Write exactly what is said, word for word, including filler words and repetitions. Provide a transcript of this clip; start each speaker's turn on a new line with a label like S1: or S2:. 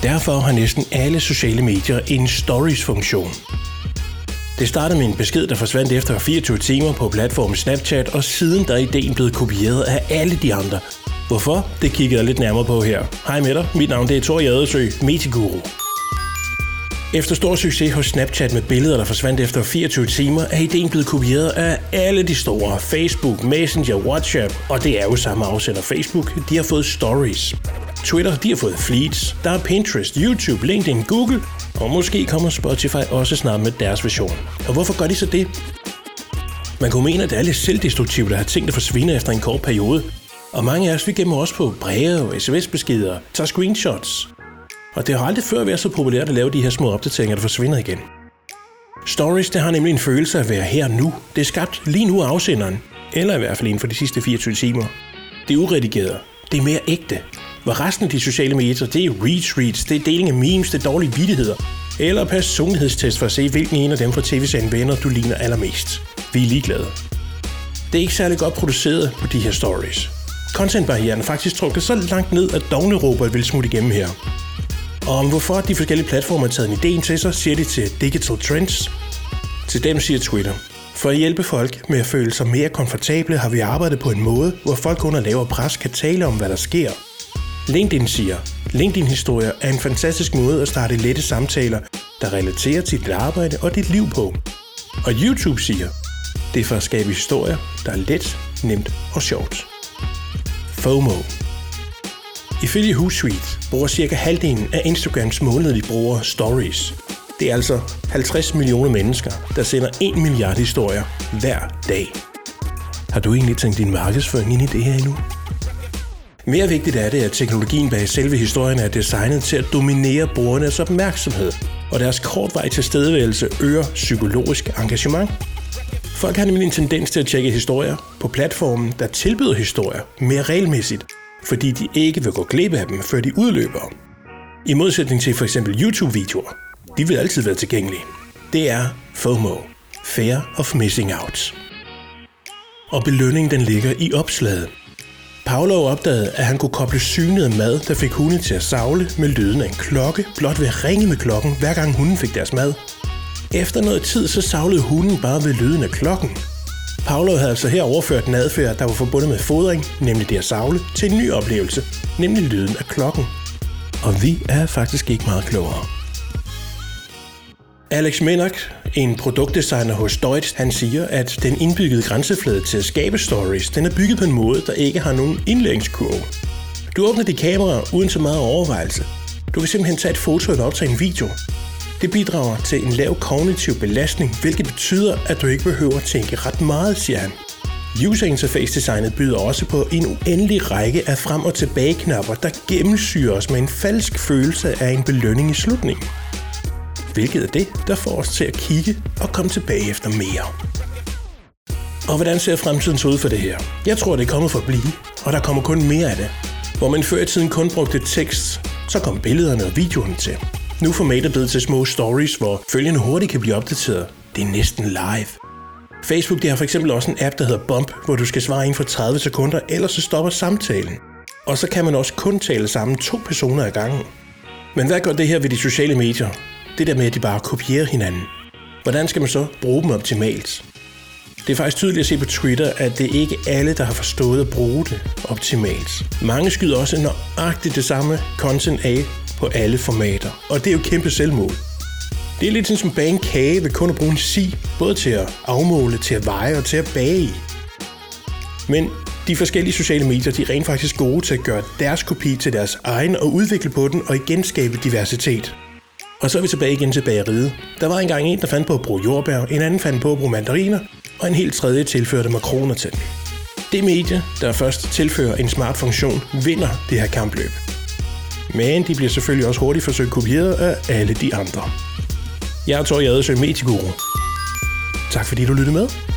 S1: Derfor har næsten alle sociale medier en stories-funktion. Det startede med en besked, der forsvandt efter fireogtyve timer på platformen Snapchat, og siden der er ideen blevet kopieret af alle de andre. Hvorfor? Det kigger jeg lidt nærmere på her. Hej med dig, mit navn det er Thor Jadersø, Metiguru. Efter stor succes hos Snapchat med billeder, der forsvandt efter fireogtyve timer, er ideen blevet kopieret af alle de store. Facebook, Messenger, WhatsApp, og det er jo samme afsender. Facebook, de har fået stories. Twitter, de har fået fleets. Der er Pinterest, YouTube, LinkedIn, Google, og måske kommer Spotify også snart med deres version. Og hvorfor gør de så det? Man kunne mene, at det er lidt selvdestruktivt at have ting, der forsvinder efter en kort periode. Og mange af os, vi gemmer også på breve, sms-beskeder, tager screenshots. Og det har aldrig før været så populært at lave de her små opdateringer, der forsvinder igen. Stories, det har nemlig en følelse af at være her nu. Det er skabt lige nu af afsenderen, eller i hvert fald inden for de sidste fireogtyve timer. Det er uredigeret. Det er mere ægte. Hvor resten af de sociale medier, det er retweets, det er deling af memes, det er dårlige vittigheder, eller personlighedstest for at se, hvilken en af dem fra tv-serien Venner, du ligner allermest. Vi er ligeglade. Det er ikke særlig godt produceret på de her stories. Contentbarrieren er faktisk trukket så langt ned, at dognerobot vil smutte igennem her. Og om hvorfor de forskellige platformer har taget en idéen til sig, siger de til Digital Trends. Til dem siger Twitter: for at hjælpe folk med at føle sig mere komfortable, har vi arbejdet på en måde, hvor folk under lavere pres kan tale om, hvad der sker. LinkedIn siger: LinkedIn-historier er en fantastisk måde at starte lette samtaler, der relaterer til dit arbejde og dit liv på. Og YouTube siger: det er for at skabe historier, der er let, nemt og sjovt. FOMO. Ifølge Hootsuite bruger cirka halvdelen af Instagrams månedlige brugere stories. Det er altså halvtreds millioner mennesker, der sender en milliard historier hver dag. Har du egentlig tænkt din markedsføring ind i det her endnu? Mere vigtigt er det, at teknologien bag selve historien er designet til at dominere brugernes opmærksomhed, og deres kortvarige tilstedeværelse øger psykologisk engagement. Folk har nemlig en tendens til at tjekke historier på platformen, der tilbyder historier mere regelmæssigt, fordi de ikke vil gå glip af dem, før de udløber. I modsætning til f.eks. YouTube-videoer. De vil altid være tilgængelige. Det er FOMO, Fear of Missing Out. Og belønningen den ligger i opslaget. Pavlov opdagede, at han kunne koble synet af mad, der fik hunde til at savle med lyden af en klokke, blot ved at ringe med klokken, hver gang hunden fik deres mad. Efter noget tid, så savlede hunden bare ved lyden af klokken. Pavlov havde altså her overført en adfærd, der var forbundet med fodring, nemlig det at savle, til en ny oplevelse, nemlig lyden af klokken. Og vi er faktisk ikke meget klogere. Alex Minnock, en produktdesigner hos Deutsch, han siger, at den indbyggede grænseflade til at skabe stories, den er bygget på en måde, der ikke har nogen indlæringskurve. Du åbner dit kamera uden så meget overvejelse. Du kan simpelthen tage et foto eller optage en video. Det bidrager til en lav kognitiv belastning, hvilket betyder, at du ikke behøver at tænke ret meget, siger han. User interface-designet byder også på en uendelig række af frem- og tilbage-knapper, der gennemsyrer os med en falsk følelse af en belønning i slutningen. Hvilket er det, der får os til at kigge og komme tilbage efter mere. Og hvordan ser fremtiden så ud for det her? Jeg tror, det er kommet for at blive, og der kommer kun mere af det. Hvor man før i tiden kun brugte tekst, så kom billederne og videoerne til. Nu er formatet blevet til små stories, hvor følgende hurtigt kan blive opdateret. Det er næsten live. Facebook de har for eksempel også en app, der hedder Bump, hvor du skal svare inden for tredive sekunder, ellers så stopper samtalen. Og så kan man også kun tale sammen to personer ad gangen. Men hvad gør det her ved de sociale medier? Det der med, at de bare kopierer hinanden. Hvordan skal man så bruge dem optimalt? Det er faktisk tydeligt at se på Twitter, at det ikke er alle, der har forstået at bruge det optimalt. Mange skyder også nøjagtigt det samme content af på alle formater, og det er jo kæmpe selvmål. Det er lidt sådan som at bage en kage ved kun at bruge en si, både til at afmåle, til at veje og til at bage i. Men de forskellige sociale medier, de er rent faktisk gode til at gøre deres kopi til deres egen og udvikle på den og igen skabe diversitet. Og så er vi tilbage igen til bageriet. Der var engang en, der fandt på at bruge jordbær, en anden fandt på at bruge mandariner, og en helt tredje tilførte makroner til. Det medie, der først tilfører en smart funktion, vinder det her kampløb. Men de bliver selvfølgelig også hurtigt forsøgt kopieret af alle de andre. Jeg er Thor Jadersø, Metiguru. Tak fordi du lyttede med.